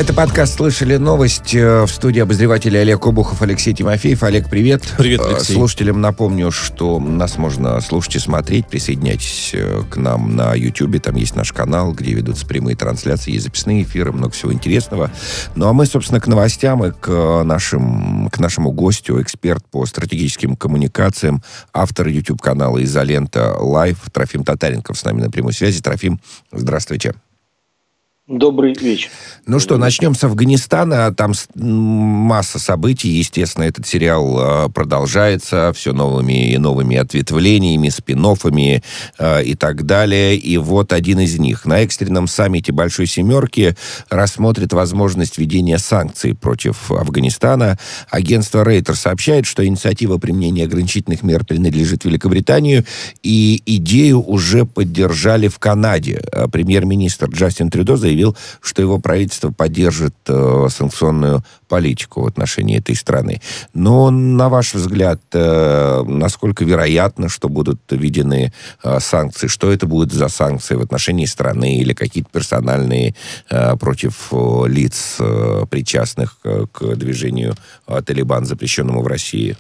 Это подкаст «Слышали новость». В студии обозреватели Олег Обухов, Алексей Тимофеев. Олег, привет. Привет, Алексей. Слушателям напомню, что нас можно слушать и смотреть. Присоединяйтесь к нам на YouTube. Там есть наш канал, где ведутся прямые трансляции, есть записные эфиры, много всего интересного. Ну, а мы, собственно, к новостям и к нашему гостю, эксперт по стратегическим коммуникациям, автор YouTube-канала «Изолента Лайв» Трофим Татаренков с нами на прямой связи. Трофим, здравствуйте. Добрый вечер. Ну что, начнем с Афганистана. Там масса событий. Естественно, этот сериал продолжается все новыми и новыми ответвлениями, спин-оффами и так далее. И вот один из них. На экстренном саммите Большой Семерки рассмотрит возможность введения санкций против Афганистана. Агентство Рейтер сообщает, что инициатива применения ограничительных мер принадлежит Великобритании, и идею уже поддержали в Канаде. Премьер-министр Джастин Трюдо заявил, что его правительство поддержит санкционную политику в отношении этой страны. Но, на ваш взгляд, насколько вероятно, что будут введены санкции? Что это будут за санкции в отношении страны или какие-то персональные против лиц, причастных к движению «Талибан», запрещенному в России?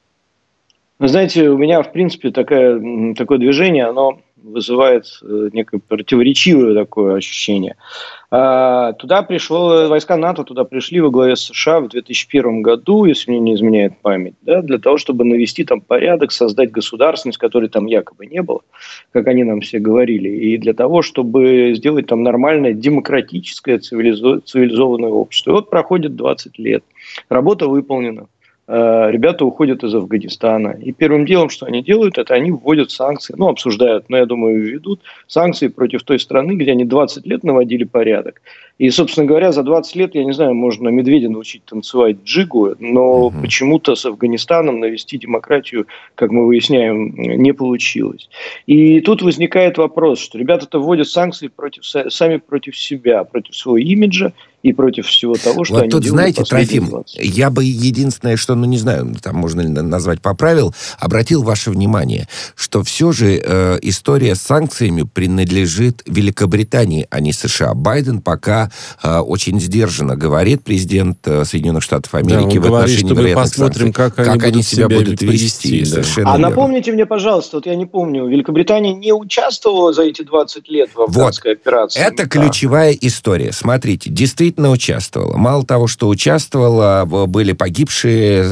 Вы знаете, у меня, в принципе, такое движение, оно вызывает некое противоречивое такое ощущение. Войска НАТО туда пришли во главе США в 2001 году, если мне не изменяет память, да, для того, чтобы навести там порядок, создать государственность, которой там якобы не было, как они нам все говорили, и для того, чтобы сделать там нормальное, демократическое, цивилизованное общество. И вот проходит 20 лет, работа выполнена. Ребята уходят из Афганистана. И первым делом, что они делают, это они вводят санкции. Обсуждают, но я думаю, введут санкции против той страны, где они 20 лет наводили порядок. И, собственно говоря, за 20 лет, я не знаю, можно медведя научить танцевать джигу, но почему-то с Афганистаном навести демократию, как мы выясняем, не получилось. И тут возникает вопрос, что ребята-то вводят санкции сами против себя, против своего имиджа и против всего того, что вот они тут, делают. знаете, Трофим, я бы единственное, что, не знаю, там можно ли назвать поправил, обратил ваше внимание, что все же история с санкциями принадлежит Великобритании, а не США. Байден пока очень сдержанно говорит, президент Соединенных Штатов Америки, в отношении вероятных посмотрим, санкций, как они себя будут вести. Да. Напомните мне, пожалуйста, вот я не помню, Великобритания не участвовала за эти 20 лет в афганской операции? Это ключевая история. Смотрите, действительно участвовала. Мало того, что участвовала, были погибшие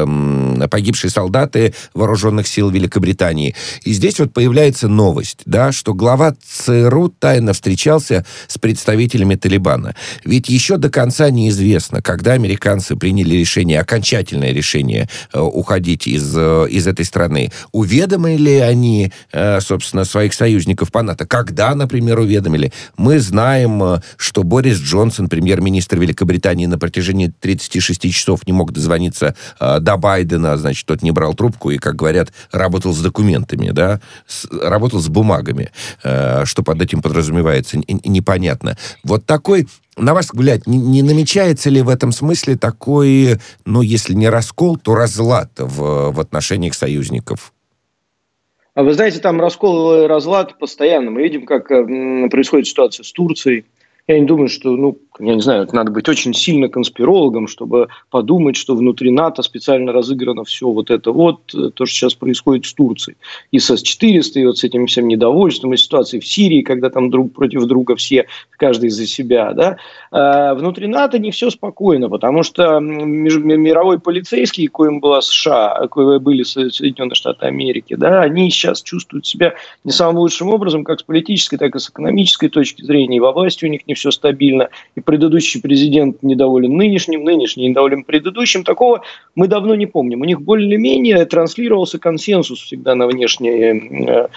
солдаты вооруженных сил Великобритании. И здесь вот появляется новость, да, что глава ЦРУ тайно встречался с представителями Талибана. Ведь еще до конца неизвестно, когда американцы приняли решение, окончательное решение уходить из этой страны. Уведомили ли они, собственно, своих союзников по НАТО? Когда, например, уведомили? Мы знаем, что Борис Джонсон, премьер-министр Великобритании, на протяжении 36 часов не мог дозвониться до Байдена, значит, тот не брал трубку и, как говорят, работал с документами, да, работал с бумагами. Что под этим подразумевается, непонятно. Вот такой, на ваш взгляд, не намечается ли в этом смысле такой, если не раскол, то разлад в отношениях союзников? А вы знаете, там раскол и разлад постоянно. Мы видим, как происходит ситуация с Турцией. Я не думаю, что, я не знаю, надо быть очень сильно конспирологом, чтобы подумать, что внутри НАТО специально разыграно все то, что сейчас происходит с Турцией. И с С-400, и вот с этим всем недовольством, и ситуацией в Сирии, когда там друг против друга все, каждый за себя, да. Внутри НАТО не все спокойно, потому что мировой полицейский, коим была США, коим были Соединенные Штаты Америки, да, они сейчас чувствуют себя не самым лучшим образом, как с политической, так и с экономической точки зрения, и во власти у них не все стабильно, и предыдущий президент недоволен нынешним, нынешний недоволен предыдущим. Такого мы давно не помним. У них более-менее транслировался консенсус всегда на внешний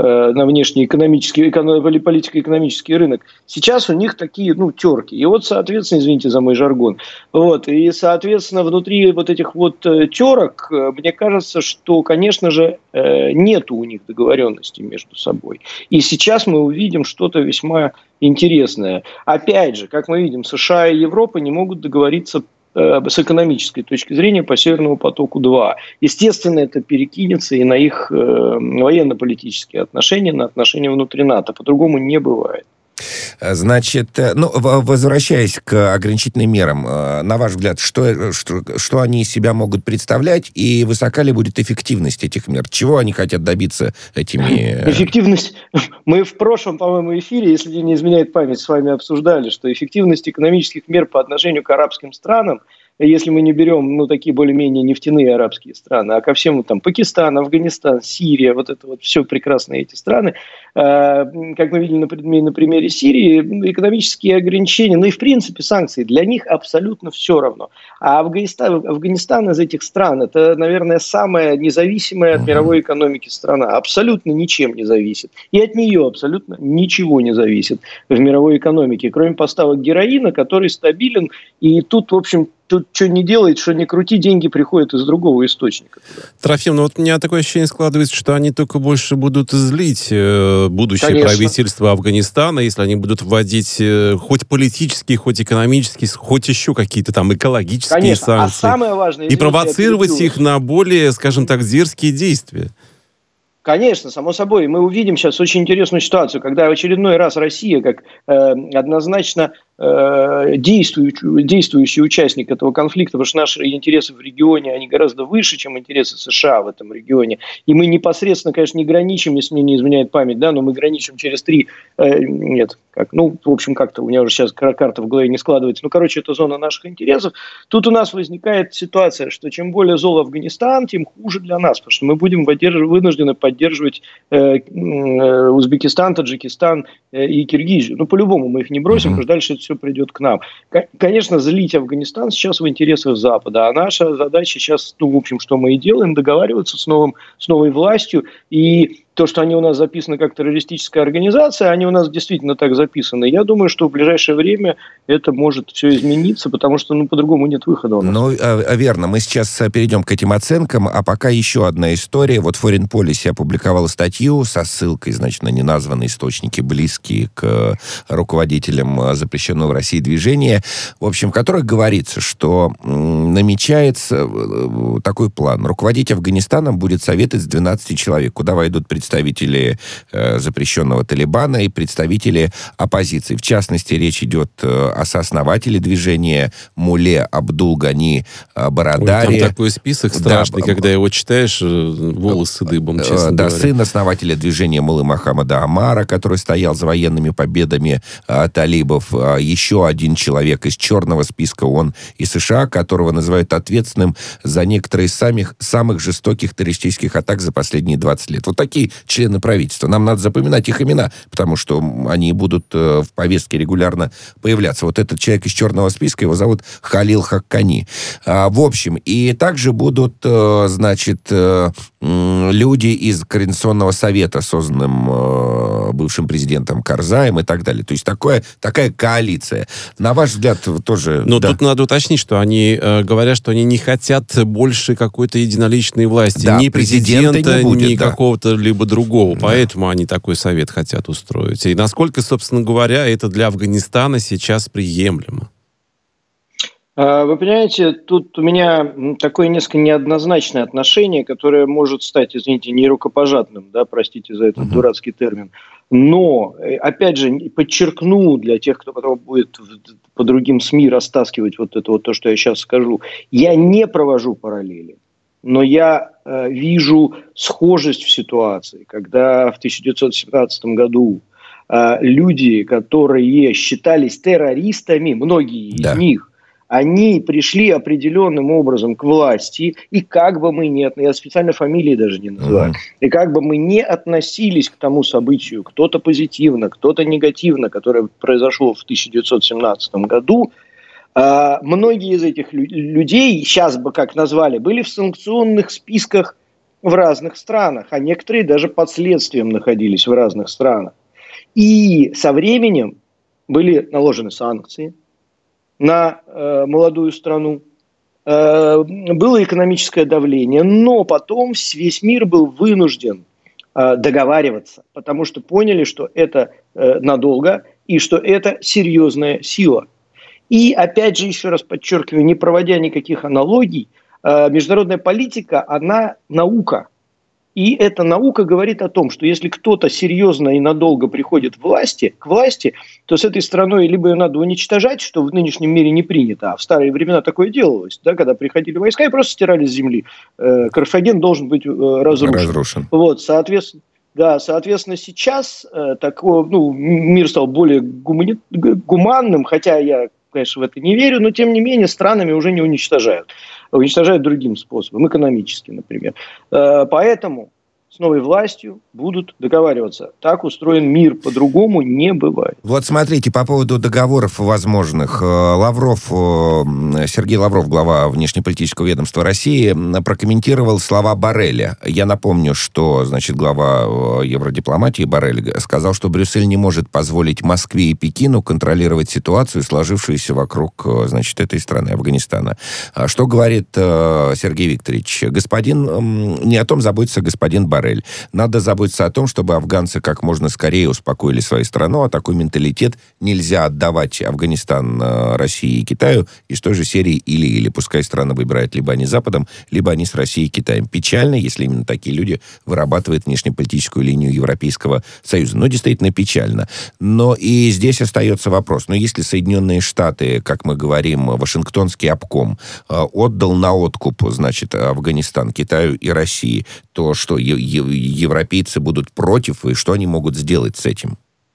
политико-экономический рынок. Сейчас у них такие, терки. И вот, соответственно, извините за мой жаргон, и, соответственно, внутри вот этих терок, мне кажется, что, конечно же, нету у них договоренности между собой. И сейчас мы увидим что-то весьма интересное. Опять же, как мы видим, США и Европа не могут договориться с экономической точки зрения по Северному потоку-2. Естественно, это перекинется и на их военно-политические отношения, на отношения внутри НАТО. По-другому не бывает. Значит, возвращаясь к ограничительным мерам, на ваш взгляд, что они из себя могут представлять, и высока ли будет эффективность этих мер? Чего они хотят добиться этими... Эффективность... Мы в прошлом, по-моему, эфире, если не изменяет память, с вами обсуждали, что эффективность экономических мер по отношению к арабским странам, если мы не берем, такие более-менее нефтяные арабские страны, а ко всем, Пакистан, Афганистан, Сирия, вот это вот все прекрасные эти страны, как мы видели на примере Сирии, экономические ограничения, и в принципе санкции, для них абсолютно все равно. А Афганистан из этих стран, это, наверное, самая независимая от мировой экономики страна, абсолютно ничем не зависит. И от нее абсолютно ничего не зависит в мировой экономике, кроме поставок героина, который стабилен, и тут, в общем, тут что не делает, что не крути, деньги приходят из другого источника. Трофим, у меня такое ощущение складывается, что они только больше будут злить будущее правительство Афганистана, если они будут вводить хоть политические, хоть экономические, хоть еще какие-то там экологические санкции. А самое важное, и провоцировать их на более, скажем так, дерзкие действия. Конечно, само собой. Мы увидим сейчас очень интересную ситуацию, когда в очередной раз Россия, как однозначно действующий участник этого конфликта, потому что наши интересы в регионе, они гораздо выше, чем интересы США в этом регионе. И мы непосредственно, конечно, не граничим, если мне не изменяет память, но мы граничим через в общем, как-то у меня уже сейчас карта в голове не складывается. Это зона наших интересов. Тут у нас возникает ситуация, что чем более зол Афганистан, тем хуже для нас, потому что мы будем вынуждены поддерживать Узбекистан, Таджикистан и Киргизию. По-любому мы их не бросим, потому что дальше это все придет к нам. Конечно, злить Афганистан сейчас в интересах Запада, а наша задача сейчас, в общем, что мы и делаем, договариваться с новой властью, и то, что они у нас записаны как террористическая организация, они у нас действительно так записаны. Я думаю, что в ближайшее время это может все измениться, потому что по-другому нет выхода у нас. Верно. Мы сейчас перейдем к этим оценкам, а пока еще одна история. Foreign Policy опубликовала статью со ссылкой, на неназванные источники, близкие к руководителям запрещенного в России движения, в общем, в которых говорится, что намечается такой план. Руководить Афганистаном будет совет из 12 человек, куда войдут представители запрещенного Талибана и представители оппозиции. В частности, речь идет о сооснователе движения Мулле Абдул-Гани Барадари. Там такой список страшный, когда его читаешь, волосы дыбом, честно говоря. Сын основателя движения Муллы Мохаммада Омара, который стоял за военными победами талибов. Еще один человек из черного списка, он из США, которого называют ответственным за некоторые из самых жестоких террористических атак за последние 20 лет. Вот такие члены правительства. Нам надо запоминать их имена, потому что они будут в повестке регулярно появляться. Вот этот человек из черного списка, его зовут Халил Хаккани. В общем, и также будут, люди из Координационного совета, созданным бывшим президентом Карзаем и так далее. То есть такая коалиция. На ваш взгляд, тоже... Тут надо уточнить, что они говорят, что они не хотят больше какой-то единоличной власти. Да, ни президента, не будет, ни какого-то либо другого. Да. Поэтому они такой совет хотят устроить. И насколько, собственно говоря, это для Афганистана сейчас приемлемо? Вы понимаете, тут у меня такое несколько неоднозначное отношение, которое может стать, извините, не рукопожатным, простите за этот дурацкий термин. Но, опять же, подчеркну для тех, кто потом будет по другим СМИ растаскивать то, что я сейчас скажу, я не провожу параллели. Но я вижу схожесть в ситуации, когда в 1917 году люди, которые считались террористами, многие из них, они пришли определенным образом к власти, и как бы мы ни относились, я специально фамилии даже не называю, и как бы мы ни относились к тому событию, кто-то позитивно, кто-то негативно, которое произошло в 1917 году, многие из этих людей, сейчас бы как назвали, были в санкционных списках в разных странах, а некоторые даже под следствием находились в разных странах. И со временем были наложены санкции на молодую страну, было экономическое давление, но потом весь мир был вынужден договариваться, потому что поняли, что это надолго и что это серьезная сила. И опять же, еще раз подчеркиваю, не проводя никаких аналогий, международная политика, она наука. И эта наука говорит о том, что если кто-то серьезно и надолго приходит к власти, то с этой страной либо ее надо уничтожать, что в нынешнем мире не принято, а в старые времена такое делалось, да, когда приходили войска и просто стирали с земли. Карфаген должен быть разрушен. Вот, соответственно, сейчас мир стал более гуманным, хотя я, конечно, в это не верю, но тем не менее странами уже не уничтожают. Уничтожают другим способом, экономически, например. Поэтому с новой властью будут договариваться. Так устроен мир, по-другому не бывает. Вот смотрите, по поводу договоров возможных. Сергей Лавров, глава внешнеполитического ведомства России, прокомментировал слова Борреля. Я напомню, что, глава евродипломатии Боррель сказал, что Брюссель не может позволить Москве и Пекину контролировать ситуацию, сложившуюся вокруг, этой страны, Афганистана. Что говорит Сергей Викторович? Не о том заботится господин Боррель. Надо заботиться о том, чтобы афганцы как можно скорее успокоили свою страну, а такой менталитет нельзя отдавать Афганистан России и Китаю из той же серии или. Пускай страны выбирают либо они с Западом, либо они с Россией и Китаем. Печально, если именно такие люди вырабатывают внешнеполитическую линию Европейского Союза. Действительно печально. Но и здесь остается вопрос. Если Соединенные Штаты, как мы говорим, Вашингтонский обком, отдал на откуп, Афганистан Китаю и России, то что, европейцы будут против, и что они могут сделать с этим?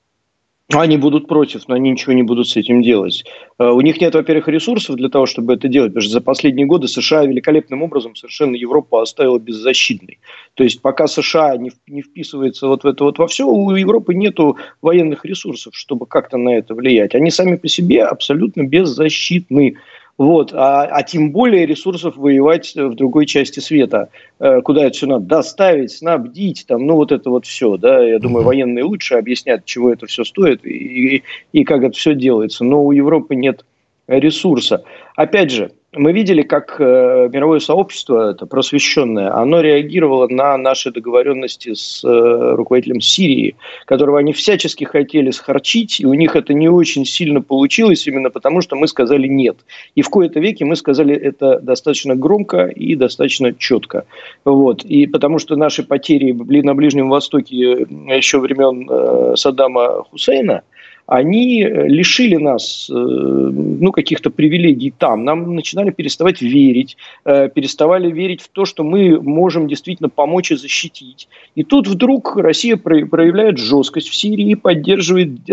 Они будут против, но они ничего не будут с этим делать. У них нет, во-первых, ресурсов для того, чтобы это делать, потому что за последние годы США великолепным образом совершенно Европу оставила беззащитной. То есть пока США не вписывается в это во все, у Европы нету военных ресурсов, чтобы как-то на это влиять. Они сами по себе абсолютно беззащитны. А тем более ресурсов воевать в другой части света, куда это все надо доставить, снабдить, это все, да, я думаю, военные лучше объяснят, чего это все стоит и как это все делается, но у Европы нет ресурса. Опять же, мы видели, как мировое сообщество, это просвещенное, оно реагировало на наши договоренности с руководителем Сирии, которого они всячески хотели схарчить, и у них это не очень сильно получилось, именно потому, что мы сказали «нет». И в кои-то веки мы сказали это достаточно громко и достаточно четко. И потому что наши потери на Ближнем Востоке еще времен Саддама Хусейна, они лишили нас каких-то привилегий там. Нам начинали переставать верить, переставали верить в то, что мы можем действительно помочь и защитить. И тут вдруг Россия проявляет жесткость в Сирии и поддерживает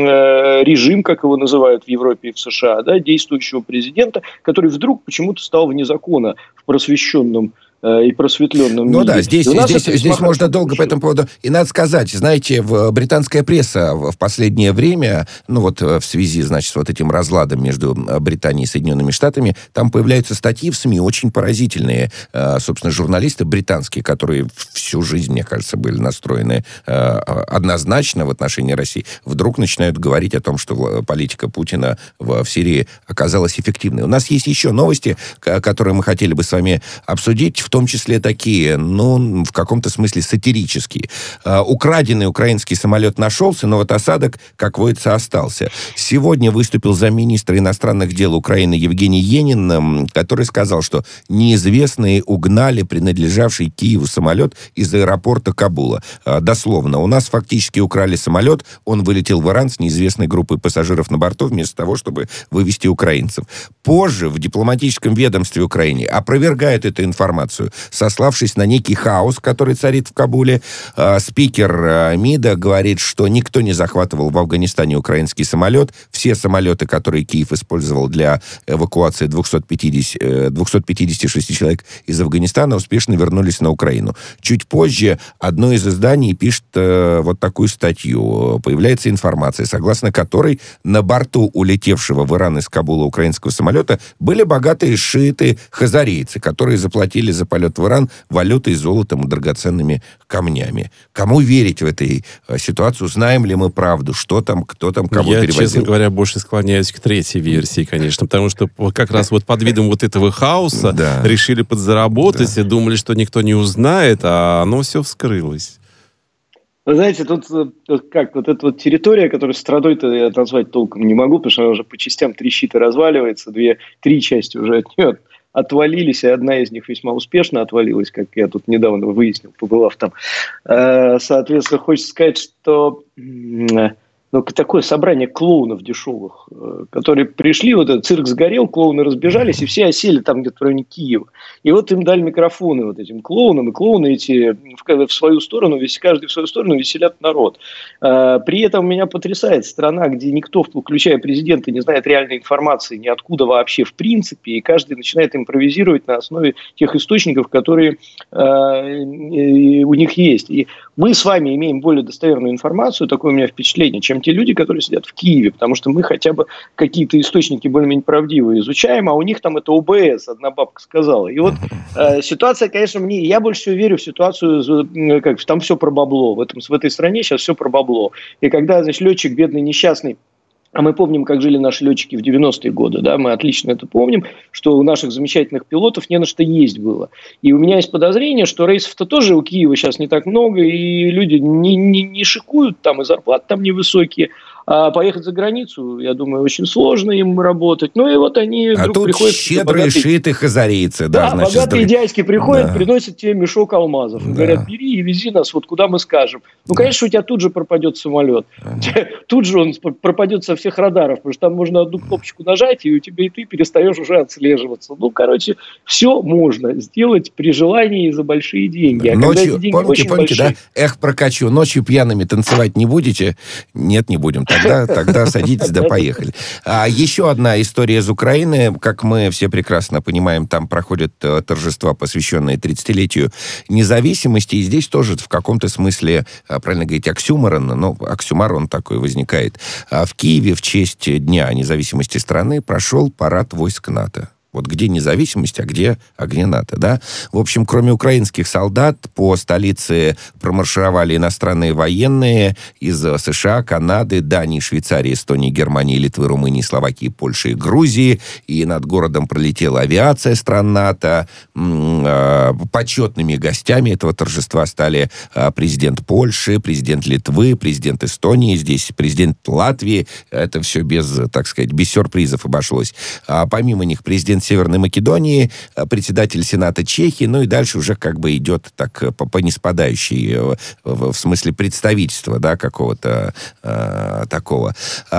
режим, как его называют в Европе и в США, да, действующего президента, который вдруг почему-то стал вне закона в просвещенном и просветленном мире. Здесь можно долго по этому поводу. И надо сказать, знаете, британская пресса в последнее время, в связи, с этим разладом между Британией и Соединенными Штатами, там появляются статьи в СМИ очень поразительные. Собственно, журналисты британские, которые всю жизнь, мне кажется, были настроены однозначно в отношении России, вдруг начинают говорить о том, что политика Путина в Сирии оказалась эффективной. У нас есть еще новости, которые мы хотели бы с вами обсудить, в том числе такие, в каком-то смысле сатирические. Украденный украинский самолет нашелся, но осадок, как водится, остался. Сегодня выступил замминистра иностранных дел Украины Евгений Енин, который сказал, что неизвестные угнали принадлежавший Киеву самолет из аэропорта Кабула. Дословно, у нас фактически украли самолет, он вылетел в Иран с неизвестной группой пассажиров на борту, вместо того, чтобы вывести украинцев. Позже в дипломатическом ведомстве Украины опровергают эту информацию, сославшись на некий хаос, который царит в Кабуле. Спикер МИДа говорит, что никто не захватывал в Афганистане украинский самолет. Все самолеты, которые Киев использовал для эвакуации 256 человек из Афганистана, успешно вернулись на Украину. Чуть позже одно из изданий пишет такую статью. Появляется информация, согласно которой на борту улетевшего в Иран из Кабула украинского самолета были богатые шииты хазарийцы, которые заплатили за полет в Иран валютой, золотом и драгоценными камнями. Кому верить в этой ситуацию? Знаем ли мы правду? Что там, кто там, кого перевозил? Я, честно говоря, больше склоняюсь к третьей версии, конечно, потому что как раз под видом этого хаоса решили подзаработать и думали, что никто не узнает, а оно все вскрылось. Вы знаете, тут эта территория, которую страной-то я назвать толком не могу, потому что она уже по частям трещит и разваливается, 2-3 части уже от нее отвалились, и одна из них весьма успешно отвалилась, как я тут недавно выяснил, побывав там. Соответственно, хочется сказать, что такое собрание клоунов дешевых, которые пришли, вот этот цирк сгорел, клоуны разбежались, и все осели там где-то в районе Киева. И вот им дали микрофоны вот этим клоунам, и клоуны эти в свою сторону, каждый в свою сторону веселят народ. При этом меня потрясает страна, где никто, включая президента, не знает реальной информации ниоткуда вообще в принципе, и каждый начинает импровизировать на основе тех источников, которые у них есть. И мы с вами имеем более достоверную информацию, такое у меня впечатление, чем те люди, которые сидят в Киеве, потому что мы хотя бы какие-то источники более-менее правдивые изучаем, а у них там это ОБС, одна бабка сказала. И вот ситуация, конечно, я больше всего верю в ситуацию, там все про бабло. В этой стране сейчас все про бабло. И когда, значит, летчик бедный, несчастный, а мы помним, как жили наши летчики в 90-е годы, да, мы отлично это помним, что у наших замечательных пилотов не на что есть было. И у меня есть подозрение, что рейсов-то тоже у Киева сейчас не так много, и люди не шикуют там, и зарплаты там невысокие. А поехать за границу, я думаю, очень сложно им работать. Ну и вот они вдруг приходят... щедрые шиты хазарийцы. Да, богатые дядьки приходят, приносят тебе мешок алмазов. Говорят, бери и вези нас вот куда мы скажем. Ну, конечно, у тебя тут же пропадет самолет. Тут же он пропадет со всех радаров, потому что там можно одну кнопочку нажать, и у тебя и ты перестаешь уже отслеживаться. Ну, короче, все можно сделать при желании и за большие деньги. А ночью, помните, да? Эх, прокачу. Ночью пьяными танцевать не будете? Нет, не будем. Тогда садитесь, да поехали. Еще одна история из Украины. Как мы все прекрасно понимаем, там проходят торжества, посвященные 30-летию независимости. И здесь тоже в каком-то смысле, правильно говорить, оксюмарон такой возникает. В Киеве в честь Дня независимости страны прошел парад войск НАТО. Вот где независимость, а где НАТО, да? В общем, кроме украинских солдат, по столице промаршировали иностранные военные из США, Канады, Дании, Швейцарии, Эстонии, Германии, Литвы, Румынии, Словакии, Польши и Грузии. И над городом пролетела авиация стран НАТО. Почетными гостями этого торжества стали президент Польши, президент Литвы, президент Эстонии, здесь президент Латвии. Это все без сюрпризов обошлось. Помимо них президент Северной Македонии, председатель Сената Чехии, ну и дальше уже идет так по ниспадающей, в смысле представительства, да, какого-то такого.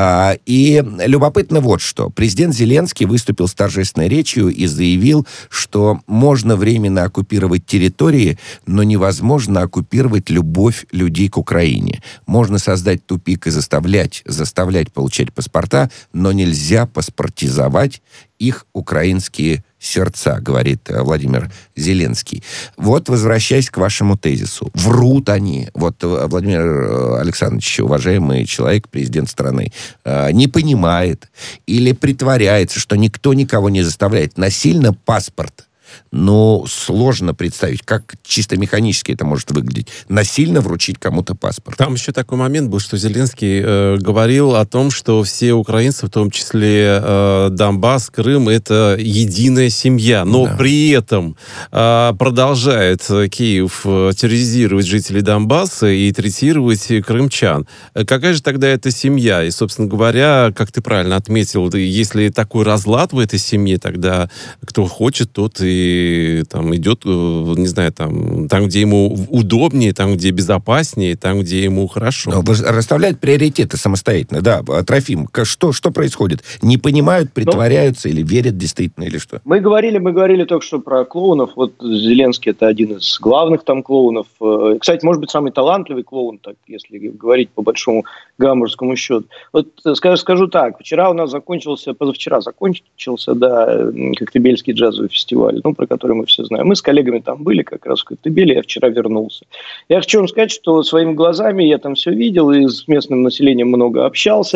И любопытно вот что. Президент Зеленский выступил с торжественной речью и заявил, что можно временно оккупировать территории, но невозможно оккупировать любовь людей к Украине. Можно создать тупик и заставлять получать паспорта, но нельзя паспортизовать их украинские сердца, говорит Владимир Зеленский. Вот, возвращаясь к вашему тезису. Врут они. Вот Владимир Александрович, уважаемый человек, президент страны, не понимает или притворяется, что никто никого не заставляет. Насильно паспорт. Но сложно представить, как чисто механически это может выглядеть. Насильно вручить кому-то паспорт. Там еще такой момент был, что Зеленский говорил о том, что все украинцы, в том числе Донбасс, Крым, это единая семья. Но при этом продолжает Киев терроризировать жителей Донбасса и третировать крымчан. Какая же тогда эта семья? И, собственно говоря, как ты правильно отметил, если такой разлад в этой семье, тогда кто хочет, тот и там идет, не знаю, там, где ему удобнее, там, где безопаснее, там, где ему хорошо. Расставляют приоритеты самостоятельно, да. Трофим, что происходит? Не понимают, притворяются или верят действительно, или что? Мы говорили только что про клоунов. Вот Зеленский это один из главных там клоунов. Кстати, может быть, самый талантливый клоун, так, если говорить по большому гамбургскому счету. Вот скажу так. Позавчера закончился, да, Коктебельский джазовый фестиваль. Про который мы все знаем. Мы с коллегами там были как раз в Коктебеле, я вчера вернулся. Я хочу вам сказать, что своими глазами я там все видел и с местным населением много общался.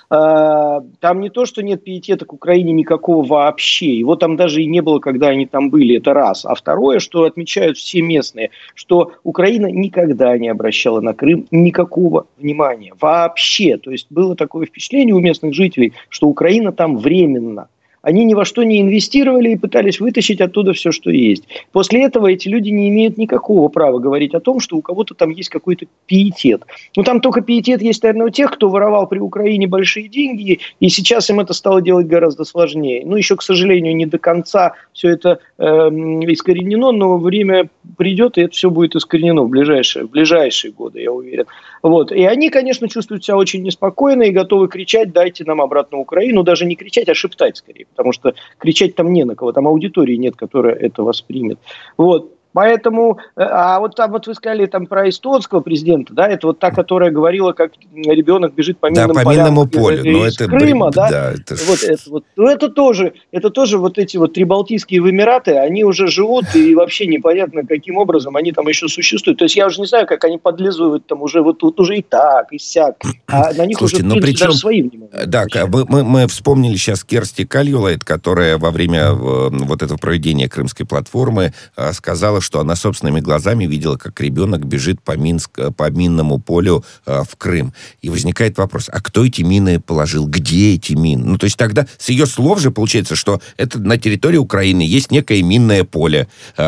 Там не то, что нет пиетета к Украине никакого вообще. Его там даже и не было, когда они там были. Это раз. А второе, что отмечают все местные, что Украина никогда не обращала на Крым никакого внимания. Вообще. То есть было такое впечатление у местных жителей, что Украина там временно. они ни во что не инвестировали и пытались вытащить оттуда все, что есть. После этого эти люди не имеют никакого права говорить о том, что у кого-то там есть какой-то пиетет. Ну, там только пиетет есть, наверное, у тех, кто воровал при Украине большие деньги, и сейчас им это стало делать гораздо сложнее. Ну, еще, к сожалению, не до конца все это искоренено, но время придет, и это все будет искоренено в ближайшие годы, я уверен. Вот. И они, конечно, чувствуют себя очень неспокойно и готовы кричать: дайте нам обратно Украину. Даже не кричать, а шептать скорее, потому что кричать там не на кого, там аудитории нет, которая это воспримет. Вот. Поэтому, а вот там вот вы сказали там про эстонского президента, да, это вот та, которая говорила, как ребенок бежит по минным полям, минному полю, но из это Крыма, да, да, это... Ну, это тоже вот эти вот прибалтийские эмираты, они уже живут, и вообще непонятно, каким образом они там еще существуют. То есть я уже не знаю, как они подлизывают там уже вот уже и так, и сяк, а на них Слушайте, уже, в принципе, даже свои внимания. Да, мы вспомнили сейчас Керсти Кальюлайд, которая во время вот этого проведения Крымской платформы сказала, что она собственными глазами видела, как ребенок бежит по минному полю в Крым. И возникает вопрос, а кто эти мины положил? Где эти мины? Ну, то есть тогда с ее слов же получается, что это на территории Украины есть некое минное поле.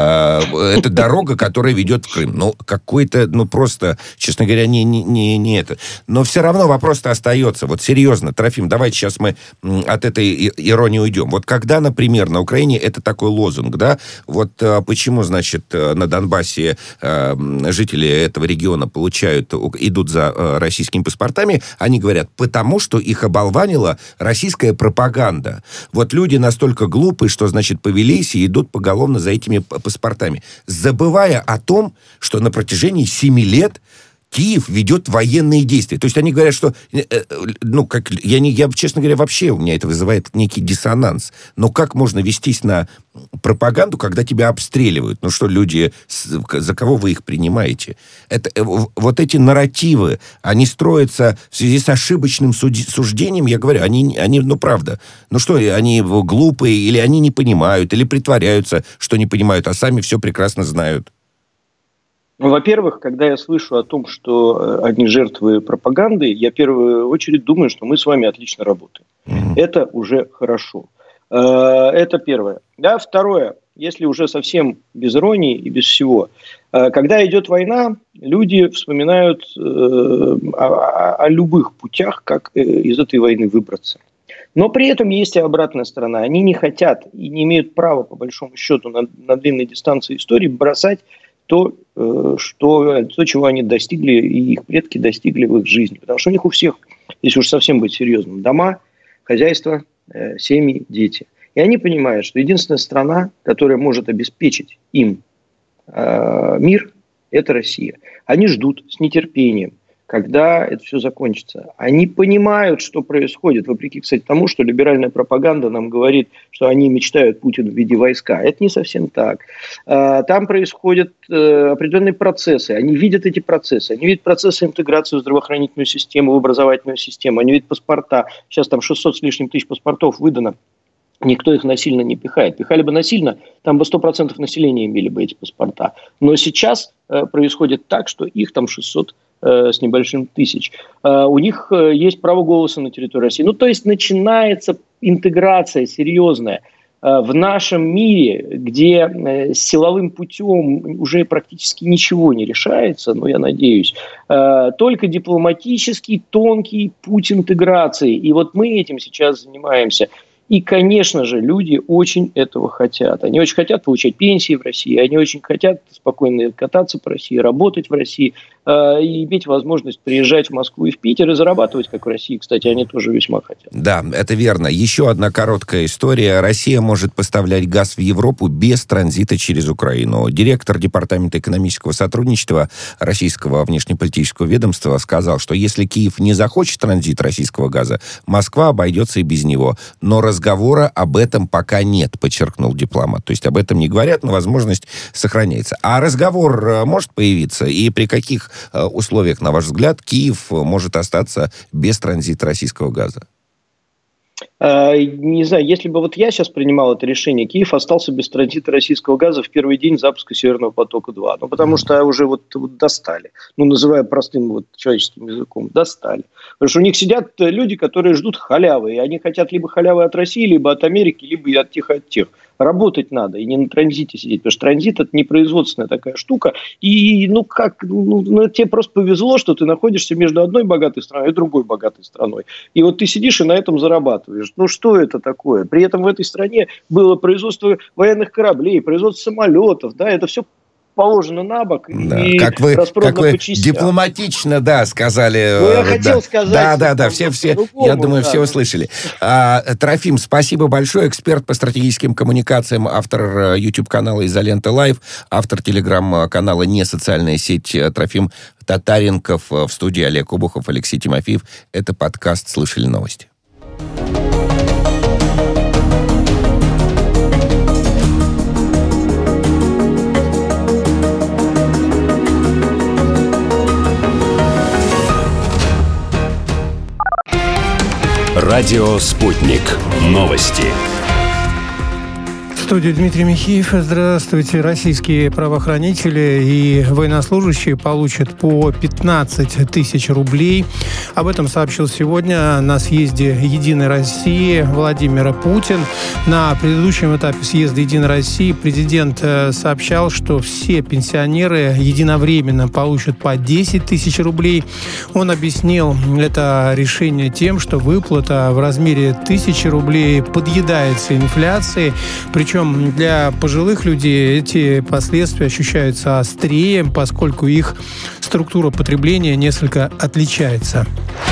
Это дорога, которая ведет в Крым. Ну, какой-то, ну, просто, честно говоря, не это. Но все равно вопрос-то остается. Вот серьезно, Трофим, давайте сейчас мы от этой иронии уйдем. Вот когда, например, на Украине это такой лозунг, да, вот почему, значит, на Донбассе жители этого региона идут за российскими паспортами, они говорят, потому что их оболванила российская пропаганда. Вот люди настолько глупые, что, значит, повелись и идут поголовно за этими паспортами, забывая о том, что на протяжении 7 лет Киев ведет военные действия. То есть они говорят, что... Ну, как я, честно говоря, вообще у меня это вызывает некий диссонанс. Но как можно вестись на пропаганду, когда тебя обстреливают? Ну что, люди, за кого вы их принимаете? Вот эти нарративы, они строятся в связи с ошибочным суждением, я говорю, они, ну, правда. Ну что, они глупые, или они не понимают, или притворяются, что не понимают, а сами все прекрасно знают. Ну, во-первых, когда я слышу о том, что они жертвы пропаганды, я в первую очередь думаю, что мы с вами отлично работаем. Это уже хорошо. Это первое. Да, второе, если уже совсем без иронии и без всего, когда идет война, люди вспоминают о любых путях, как из этой войны выбраться. Но при этом есть и обратная сторона. Они не хотят и не имеют права, по большому счету, на длинной дистанции истории бросать то, чего они достигли, и их предки достигли в их жизни. Потому что у них у всех, если уж совсем быть серьезным, дома, хозяйства, семьи, дети. И они понимают, что единственная страна, которая может обеспечить им мир, это Россия. Они ждут с нетерпением, когда это все закончится. Они понимают, что происходит, вопреки, кстати, тому, что либеральная пропаганда нам говорит, что они мечтают Путина в виде войска. Это не совсем так. Там происходят определенные процессы. Они видят эти процессы. Они видят процессы интеграции в здравоохранительную систему, в образовательную систему. Они видят паспорта. Сейчас там 600 с лишним тысяч паспортов выдано. Никто их насильно не пихает. Пихали бы насильно, там бы 100% населения имели бы эти паспорта. Но сейчас происходит так, что их там 600 с небольшим тысяч. У них есть право голоса на территории России. Ну, то есть начинается интеграция серьезная. В нашем мире, где силовым путем уже практически ничего не решается, но я надеюсь, только дипломатический, тонкий путь интеграции. И вот мы этим сейчас занимаемся. И, конечно же, люди очень этого хотят. Они очень хотят получать пенсии в России, они очень хотят спокойно кататься по России, работать в России и иметь возможность приезжать в Москву и в Питер и зарабатывать, как в России. Кстати, они тоже весьма хотят. Да, это верно. Еще одна короткая история. Россия может поставлять газ в Европу без транзита через Украину. Директор Департамента экономического сотрудничества Российского внешнеполитического ведомства сказал, что если Киев не захочет транзит российского газа, Москва обойдется и без него. Но разговора об этом пока нет, подчеркнул дипломат. То есть об этом не говорят, но возможность сохраняется. А разговор может появиться? И при каких условиях, на ваш взгляд, Киев может остаться без транзита российского газа? Не знаю, если бы вот я сейчас принимал это решение, Киев остался без транзита российского газа в первый день запуска Северного потока-2. Ну, потому что уже вот достали. Ну, называя простым вот человеческим языком, достали. Потому что у них сидят люди, которые ждут халявы. И они хотят либо халявы от России, либо от Америки, либо и от тех, и от тех. Работать надо, и не на транзите сидеть. Потому что транзит – это не производственная такая штука. И, тебе просто повезло, что ты находишься между одной богатой страной и другой богатой страной. И вот ты сидишь и на этом зарабатываешь. Ну, что это такое? При этом в этой стране было производство военных кораблей, производство самолетов. Да, это все положено на бок и как вы по частям. Дипломатично, сказали. Ну, я хотел сказать. Да, все, я думаю, все услышали. Трофим, спасибо большое. Эксперт по стратегическим коммуникациям, автор YouTube-канала «Изолента Лайв», автор телеграм-канала «Не социальная сеть» Трофим Татаренков. В студии Олег Обухов, Алексей Тимофеев. Это подкаст «Слышали новости». Радио «Спутник». Новости. В студии Дмитрий Михеев. Здравствуйте. Российские правоохранители и военнослужащие получат по 15 тысяч рублей. Об этом сообщил сегодня на съезде «Единой России» Владимир Путин. На предыдущем этапе съезда «Единой России» президент сообщал, что все пенсионеры единовременно получат по 10 тысяч рублей. Он объяснил это решение тем, что выплата в размере 1000 рублей подъедается инфляцией. Причем для пожилых людей эти последствия ощущаются острее, поскольку их структура потребления несколько отличается.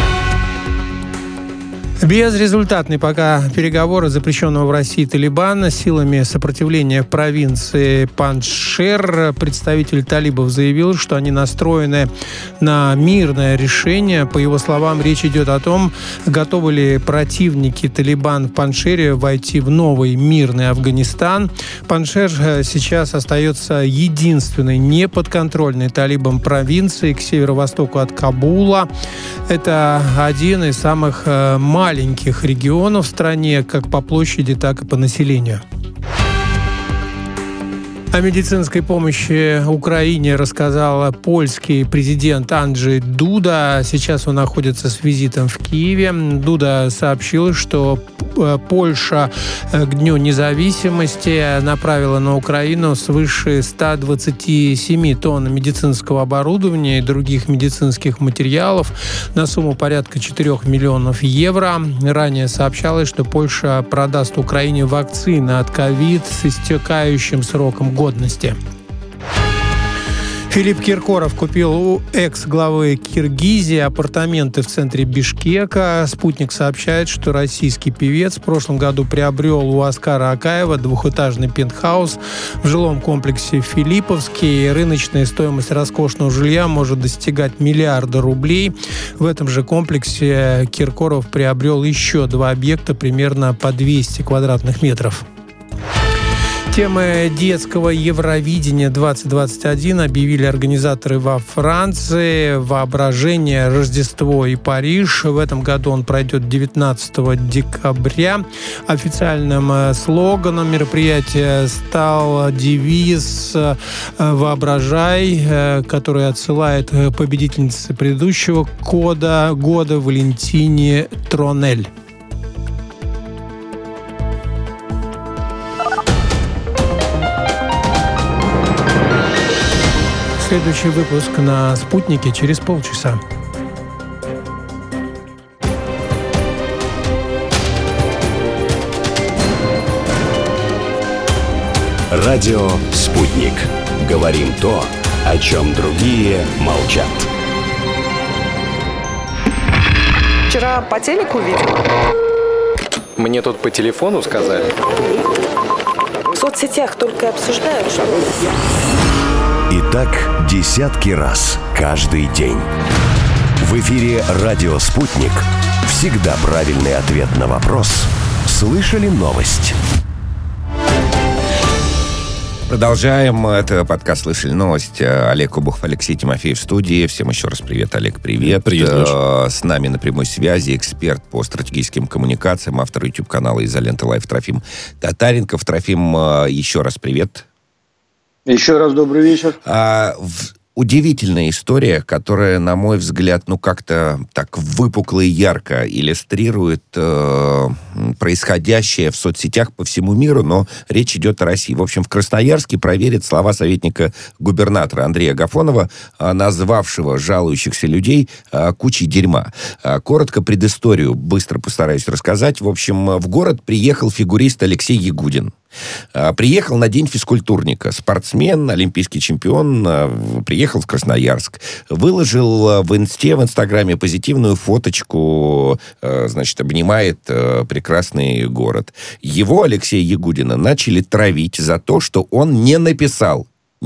Безрезультатны пока переговоры запрещенного в России Талибана с силами сопротивления провинции Панджшер. Представитель талибов заявил, что они настроены на мирное решение. По его словам, речь идет о том, готовы ли противники Талибан в Панджшере войти в новый мирный Афганистан. Панджшер сейчас остается единственной неподконтрольной талибам провинцией к северо-востоку от Кабула. Это один из самых маленьких регионов в стране, как по площади, так и по населению. О медицинской помощи Украине рассказал польский президент Анджей Дуда. Сейчас он находится с визитом в Киеве. Дуда сообщил, что Польша к Дню независимости направила на Украину свыше 127 тонн медицинского оборудования и других медицинских материалов на сумму порядка 4 миллионов евро. Ранее сообщалось, что Польша продаст Украине вакцины от ковид с истекающим сроком годности. Филипп Киркоров купил у экс-главы Киргизии апартаменты в центре Бишкека. «Спутник» сообщает, что российский певец в прошлом году приобрел у Оскара Акаева двухэтажный пентхаус в жилом комплексе «Филипповский». Рыночная стоимость роскошного жилья может достигать $1 миллиард рублей. В этом же комплексе Киркоров приобрел еще 2 объекта примерно по 200 квадратных метров. Темы детского Евровидения 2021 объявили организаторы во Франции. «Воображение», «Рождество» и «Париж». В этом году он пройдет 19 декабря. Официальным слоганом мероприятия стал девиз «Воображай», который отсылает к победительнице предыдущего года Валентине Тронель. Следующий выпуск на «Спутнике» через полчаса. Радио «Спутник». Говорим то, о чем другие молчат. Вчера по телеку видел. Мне тут по телефону сказали. В соцсетях только обсуждают, что... И так десятки раз каждый день. В эфире «Радио Спутник». Всегда правильный ответ на вопрос. Слышали новость? Продолжаем. Это подкаст «Слышали новость». Олег Обухов, Алексей Тимофеев в студии. Всем еще раз привет, Олег, привет. Привет, с нами на прямой связи эксперт по стратегическим коммуникациям, автор YouTube-канала «Изолента Лайф» Трофим Татаренков. Трофим, еще раз привет. Еще раз добрый вечер. Удивительная история, которая, на мой взгляд, как-то так выпукло и ярко иллюстрирует происходящее в соцсетях по всему миру, но речь идет о России. В общем, в Красноярске проверят слова советника губернатора Андрея Агафонова, назвавшего жалующихся людей кучей дерьма. Коротко предысторию быстро постараюсь рассказать. В общем, в город приехал фигурист Алексей Ягудин. Приехал на день физкультурника. Спортсмен, олимпийский чемпион, приехал в Красноярск. Выложил в Инстаграме позитивную фоточку, обнимает прекрасный город. Его, Алексея Ягудина, начали травить за то, что он не написал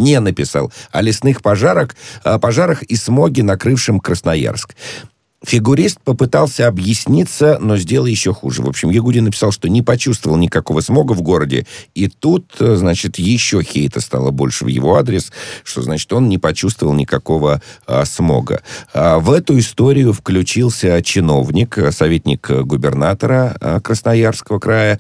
о лесных пожарах и смоге, накрывшем Красноярск. Фигурист попытался объясниться, но сделал еще хуже. В общем, Ягудин написал, что не почувствовал никакого смога в городе, и тут, еще хейта стало больше в его адрес, что, он не почувствовал никакого смога. В эту историю включился чиновник, советник губернатора Красноярского края.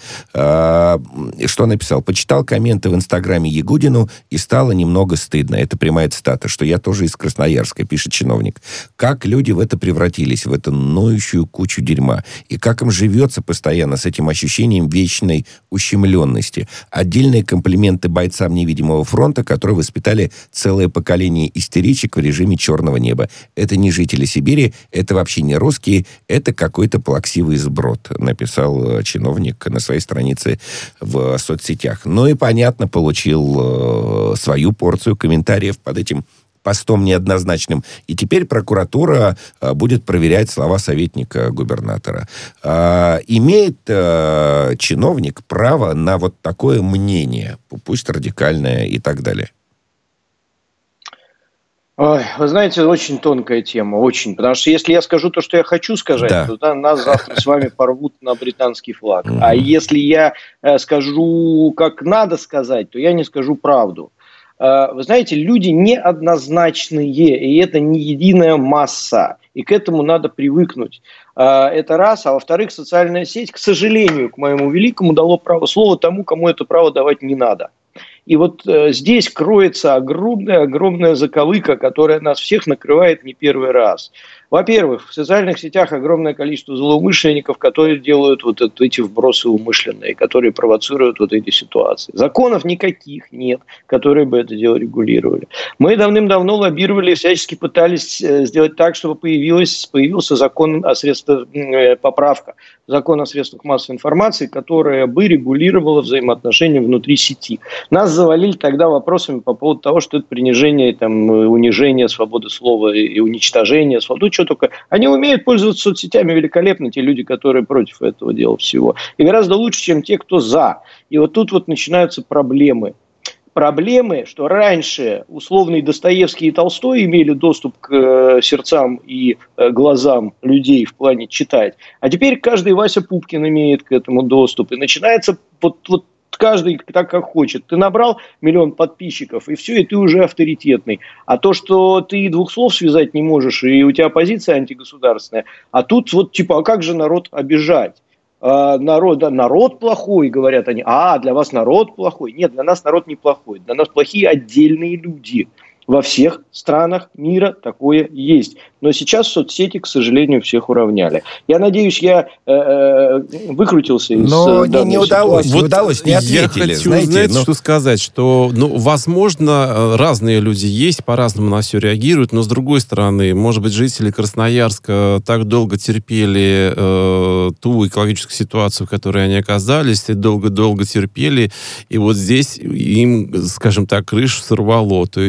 Что написал? Почитал комменты в Инстаграме Ягудину, и стало немного стыдно. Это прямая цитата, что я тоже из Красноярска, пишет чиновник. Как люди в это превратились, в эту ноющую кучу дерьма. И как им живется постоянно с этим ощущением вечной ущемленности. Отдельные комплименты бойцам невидимого фронта, которые воспитали целое поколение истеричек в режиме черного неба. Это не жители Сибири, это вообще не русские, это какой-то плаксивый сброд, написал чиновник на своей странице в соцсетях. Ну и, понятно, получил свою порцию комментариев под этим постом неоднозначным. И теперь прокуратура будет проверять слова советника губернатора. Имеет чиновник право на вот такое мнение, пусть радикальное и так далее? Ой, вы знаете, очень тонкая тема, очень. Потому что если я скажу то, что я хочу сказать, то нас завтра с вами порвут на британский флаг. А если я скажу, как надо сказать, то я не скажу правду. Вы знаете, люди неоднозначные, и это не единая масса, и к этому надо привыкнуть. Это раз, а во-вторых, социальная сеть, к сожалению, к моему великому, дало право слова тому, кому это право давать не надо. И вот здесь кроется огромная заковыка, которая нас всех накрывает не первый раз. Во-первых, в социальных сетях огромное количество злоумышленников, которые делают вот эти вбросы умышленные, которые провоцируют вот эти ситуации. Законов никаких нет, которые бы это дело регулировали. Мы давным-давно лоббировали, всячески пытались сделать так, чтобы появился закон о средствах, поправка, закон о средствах массовой информации, которая бы регулировала взаимоотношения внутри сети. Нас завалили тогда вопросами по поводу того, что это принижение, унижение свободы слова и уничтожение свободы. Что только. Они умеют пользоваться соцсетями великолепно, те люди, которые против этого дела всего. И гораздо лучше, чем те, кто за. И вот тут вот начинаются проблемы. Проблемы, что раньше условный Достоевский и Толстой имели доступ к сердцам и глазам людей в плане читать. А теперь каждый Вася Пупкин имеет к этому доступ. И начинается вот каждый так, как хочет. Ты набрал 1 миллион подписчиков, и все, и ты уже авторитетный. А то, что ты 2 слов связать не можешь, и у тебя позиция антигосударственная, а тут а как же народ обижать? Народ плохой, говорят они. Для вас народ плохой? Нет, для нас народ не плохой. Для нас плохие отдельные люди. Во всех странах мира такое есть. Но сейчас соцсети, к сожалению, всех уравняли. Я надеюсь, я выкрутился из не удалось, не ответили. Я хочу, что сказать, что, возможно, разные люди есть, по-разному на все реагируют, но, с другой стороны, может быть, жители Красноярска так долго терпели ту экологическую ситуацию, в которой они оказались, и долго-долго терпели, и вот здесь им, скажем так, крышу сорвало. То есть последние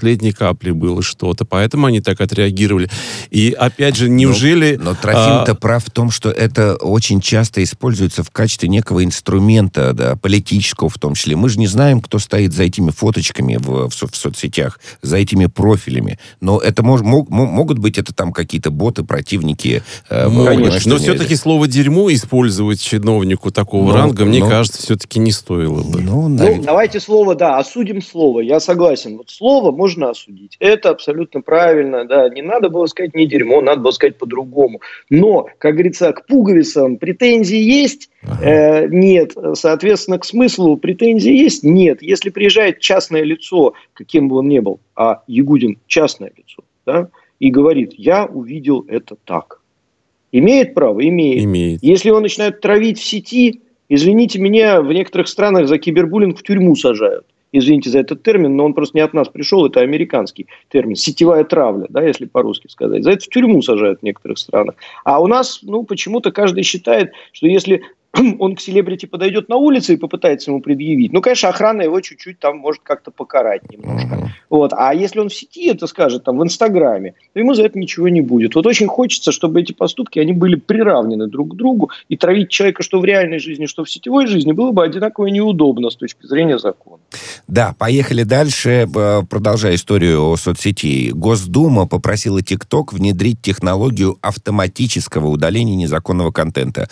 последней каплей было что-то, поэтому они так отреагировали. И опять же, неужели... Но Трофим-то прав в том, что это очень часто используется в качестве некого инструмента, да, политического в том числе. Мы же не знаем, кто стоит за этими фоточками в соцсетях, за этими профилями. Но это могут быть это там какие-то боты, противники. Конечно, но все-таки слово «дерьмо» использовать чиновнику такого ранга, мне кажется, все-таки не стоило бы. Давайте слово, осудим слово. Я согласен. Вот слово можно осудить. Это абсолютно правильно. Да. Не надо было сказать не дерьмо, надо было сказать по-другому. Но, как говорится, к пуговицам претензии есть? Нет. Соответственно, к смыслу претензии есть? Нет. Если приезжает частное лицо, каким бы он ни был, а Ягудин частное лицо, да, и говорит, я увидел это так. Имеет право? Имеет. Если он начинает травить в сети, извините меня, в некоторых странах за кибербуллинг в тюрьму сажают. Извините за этот термин, но он просто не от нас пришел, это американский термин. Сетевая травля, да, если по-русски сказать. За это в тюрьму сажают в некоторых странах. А у нас, почему-то каждый считает, что если он к селебрити подойдет на улице и попытается ему предъявить, конечно, охрана его чуть-чуть там может как-то покарать немножко. Вот. А если он в сети это скажет, там, в Инстаграме, то ему за это ничего не будет. Вот очень хочется, чтобы эти поступки, они были приравнены друг к другу, и травить человека, что в реальной жизни, что в сетевой жизни, было бы одинаково неудобно с точки зрения закона. Да, поехали дальше. Продолжая историю соцсетей. Госдума попросила TikTok внедрить технологию автоматического удаления незаконного контента.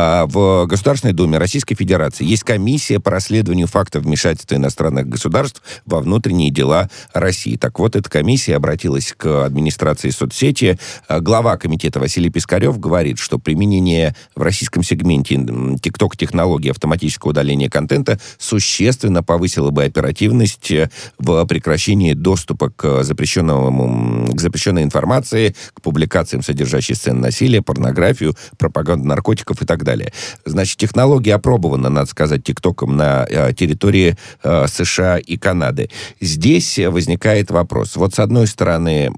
В Государственной Думе Российской Федерации есть комиссия по расследованию фактов вмешательства иностранных государств во внутренние дела России. Так вот, эта комиссия обратилась к администрации соцсети. Глава комитета Василий Пискарев говорит, что применение в российском сегменте TikTok технологии автоматического удаления контента существенно повысило бы оперативность в прекращении доступа к запрещенной информации, к публикациям, содержащим сцены насилия, порнографию, пропаганду наркотиков и так далее. Значит, технология опробована, надо сказать, ТикТоком на территории США и Канады. Здесь возникает вопрос. Вот с одной стороны,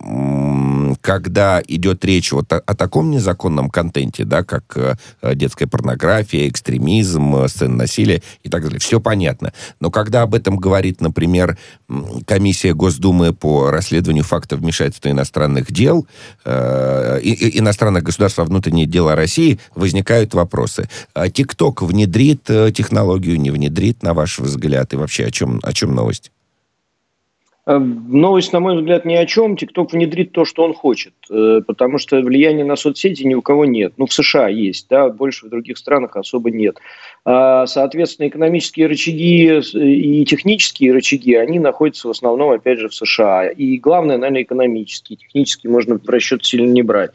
когда идет речь вот о таком незаконном контенте, да, как детская порнография, экстремизм, сцены насилия и так далее, все понятно. Но когда об этом говорит, например, комиссия Госдумы по расследованию фактов вмешательства иностранных дел, иностранных государств во внутренние дела России, возникают вопросы. ТикТок внедрит технологию, не внедрит, на ваш взгляд? И вообще, о чем новость? Новость, на мой взгляд, ни о чем. ТикТок внедрит то, что он хочет, потому что влияния на соцсети ни у кого нет. В США есть, да, больше в других странах особо нет. Соответственно, экономические рычаги и технические рычаги, они находятся в основном, опять же, в США. И главное, наверное, экономические. Технические можно в расчет сильно не брать.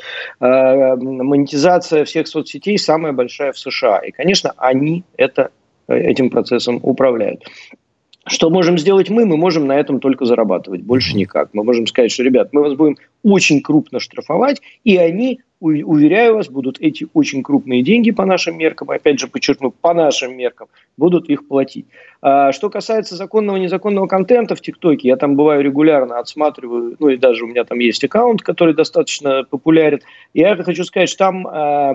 Монетизация всех соцсетей самая большая в США. И, конечно, они этим процессом управляют. Что можем сделать мы? Мы можем на этом только зарабатывать, больше никак. Мы можем сказать, что, ребят, мы вас будем очень крупно штрафовать, и они, уверяю вас, будут эти очень крупные деньги по нашим меркам, опять же, подчеркну, по нашим меркам, будут их платить. Что касается законного и незаконного контента в ТикТоке, я там бываю регулярно, отсматриваю, и даже у меня там есть аккаунт, который достаточно популярен. Я хочу сказать, что там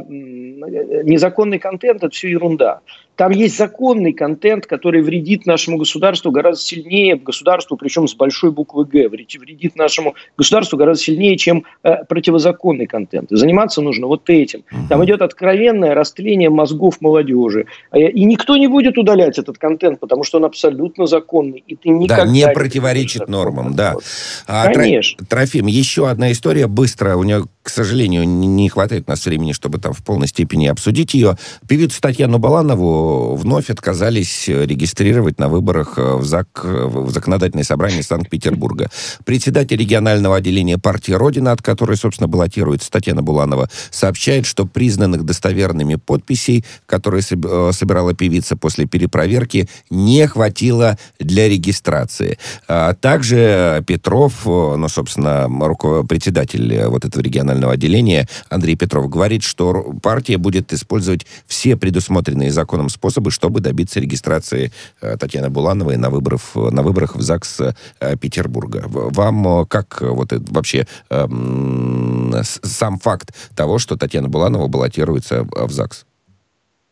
незаконный контент – это все ерунда. Там есть законный контент, который вредит нашему государству гораздо сильнее, государству, причем с большой буквы «Г», вредит нашему государству гораздо сильнее, чем противозаконный контент. И заниматься нужно вот этим. Там идет откровенное растление мозгов молодежи. И никто не будет удалять этот контент, потому что он абсолютно законный. И ты никогда не противоречит нормам, да. Конечно. Трофим, еще одна история, быстро. У нее, к сожалению, не хватает у нас времени, чтобы там в полной степени обсудить ее. Певицу Татьяну Баланову вновь отказались регистрировать на выборах в законодательное собрание Санкт-Петербурга. Председатель регионального отделения партии «Родина», от которой, собственно, баллотируется Татьяна Буланова, сообщает, что признанных достоверными подписей, которые собирала певица после перепроверки, не хватило для регистрации. Также Петров, собственно, председатель вот этого регионального отделения Андрей Петров говорит, что партия будет использовать все предусмотренные законом способы, чтобы добиться регистрации Татьяны Булановой на выборах в ЗАГС Петербурга. Вам как вот это вообще сам факт того, что Татьяна Буланова баллотируется в ЗАГС?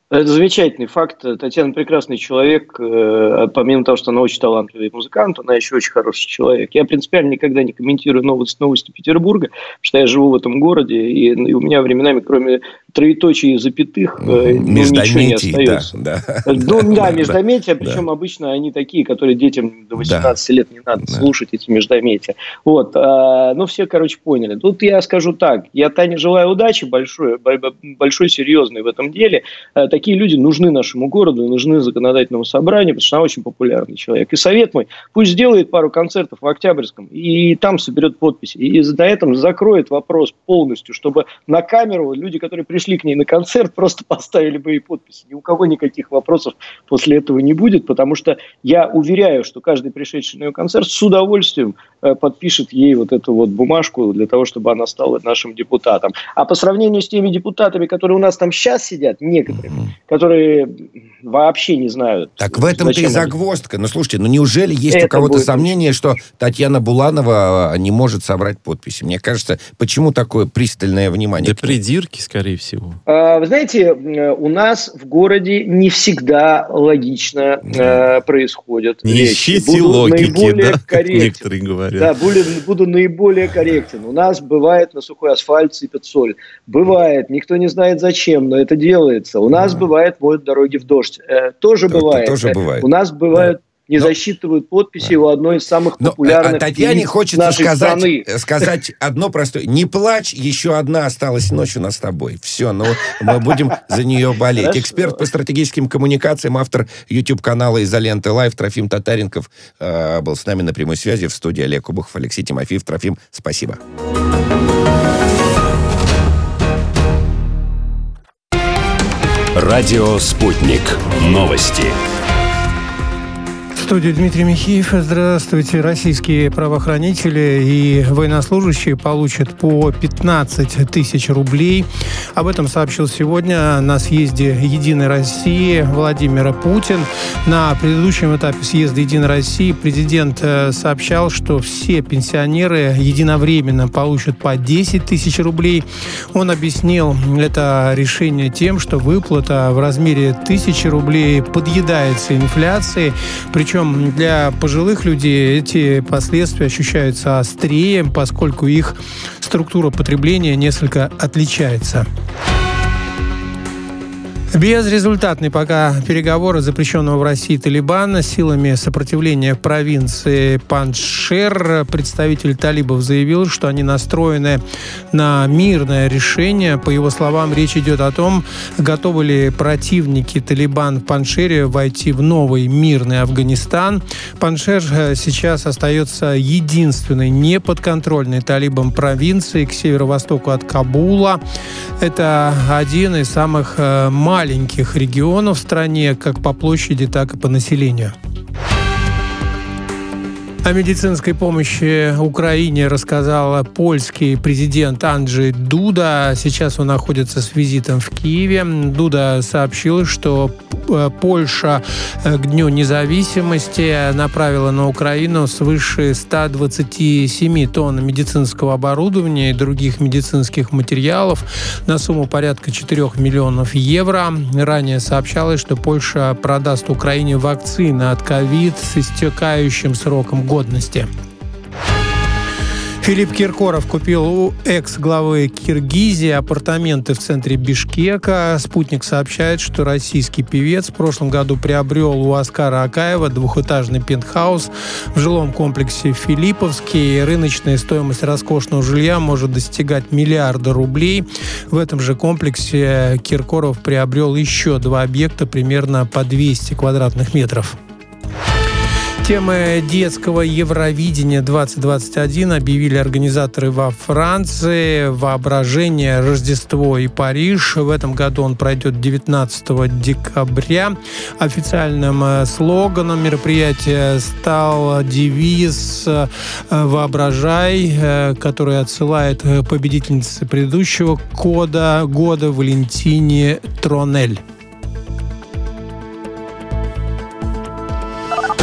Это замечательный факт. Татьяна прекрасный человек. Помимо того, что она очень талантливый музыкант, она еще очень хороший человек. Я принципиально никогда не комментирую новости Петербурга, потому что я живу в этом городе, и у меня временами, кроме троеточий и запятых, ничего не остается. Междометия, причем обычно они такие, которые детям до 18 лет не надо слушать, эти междометия. Все, поняли. Тут я скажу так. Я Тане желаю удачи большой, серьезной в этом деле. Такие люди нужны нашему городу, нужны законодательному собранию, потому что она очень популярный человек. И совет мой, пусть сделает пару концертов в Октябрьском, и там соберет подписи. И на этом закроет вопрос полностью, чтобы на камеру люди, которые пришли к ней на концерт, просто поставили бы ей подписи. Ни у кого никаких вопросов после этого не будет, потому что я уверяю, что каждый пришедший на ее концерт с удовольствием подпишет ей вот эту вот бумажку для того, чтобы она стала нашим депутатом. А по сравнению с теми депутатами, которые у нас там сейчас сидят, некоторые, которые вообще не знают. Так в этом-то и загвоздка. Слушайте, неужели есть у кого-то сомнение, что Татьяна Буланова не может собрать подписи? Мне кажется, почему такое пристальное внимание? Да придирки, скорее всего. Вы знаете, у нас в городе не всегда логично происходят не вещи. Ищите логики, некоторые говорят. Да, буду наиболее корректен. У нас бывает на сухой асфальт сыпят соль. Бывает, никто не знает зачем, но это делается. У нас бывает моют дороги в дождь. Тоже бывает. У нас бывают не засчитывают подписи у одной из самых популярных Татьяне хочется нашей страны. сказать одно простое. Не плачь, еще одна осталась ночь у нас с тобой. Все, мы будем за нее болеть. Хорошо. Эксперт по стратегическим коммуникациям, автор YouTube-канала «Изоленты Лайв» Трофим Татаренков был с нами на прямой связи в студии. Олег Обухов, Алексей Тимофеев. Трофим, спасибо. Радио «Спутник». Новости. В студии Дмитрий Михеев. Здравствуйте. Российские правоохранители и военнослужащие получат по 15 тысяч рублей. Об этом сообщил сегодня на съезде «Единой России» Владимир Путин. На предыдущем этапе съезда «Единой России» президент сообщал, что все пенсионеры единовременно получат по 10 тысяч рублей. Он объяснил это решение тем, что выплата в размере 1000 рублей подъедается инфляцией. Причем для пожилых людей эти последствия ощущаются острее, поскольку их структура потребления несколько отличается. Безрезультатные пока переговоры запрещенного в России Талибана с силами сопротивления провинции Паншер. Представитель талибов заявил, что они настроены на мирное решение. По его словам, речь идет о том, готовы ли противники Талибан в Паншере войти в новый мирный Афганистан. Паншер сейчас остается единственной неподконтрольной талибам провинцией к северо-востоку от Кабула. Это один из самых маленьких регионов в стране, как по площади, так и по населению. О медицинской помощи Украине рассказал польский президент Анджей Дуда. Сейчас он находится с визитом в Киеве. Дуда сообщил, что Польша к Дню независимости направила на Украину свыше 127 тонн медицинского оборудования и других медицинских материалов на сумму порядка 4 миллионов евро. Ранее сообщалось, что Польша продаст Украине вакцины от ковид с истекающим сроком годности. Филипп Киркоров купил у экс-главы Киргизии апартаменты в центре Бишкека. «Спутник» сообщает, что российский певец в прошлом году приобрел у Оскара Акаева двухэтажный пентхаус в жилом комплексе «Филипповский». Рыночная стоимость роскошного жилья может достигать 1 миллиарда рублей. В этом же комплексе Киркоров приобрел еще 2 объекта примерно по 200 квадратных метров. Темы детского Евровидения 2021 объявили организаторы во Франции. «Воображение», «Рождество» и «Париж». В этом году он пройдет 19 декабря. Официальным слоганом мероприятия стал девиз «Воображай», который отсылает к победительнице предыдущего года Валентине Тронель.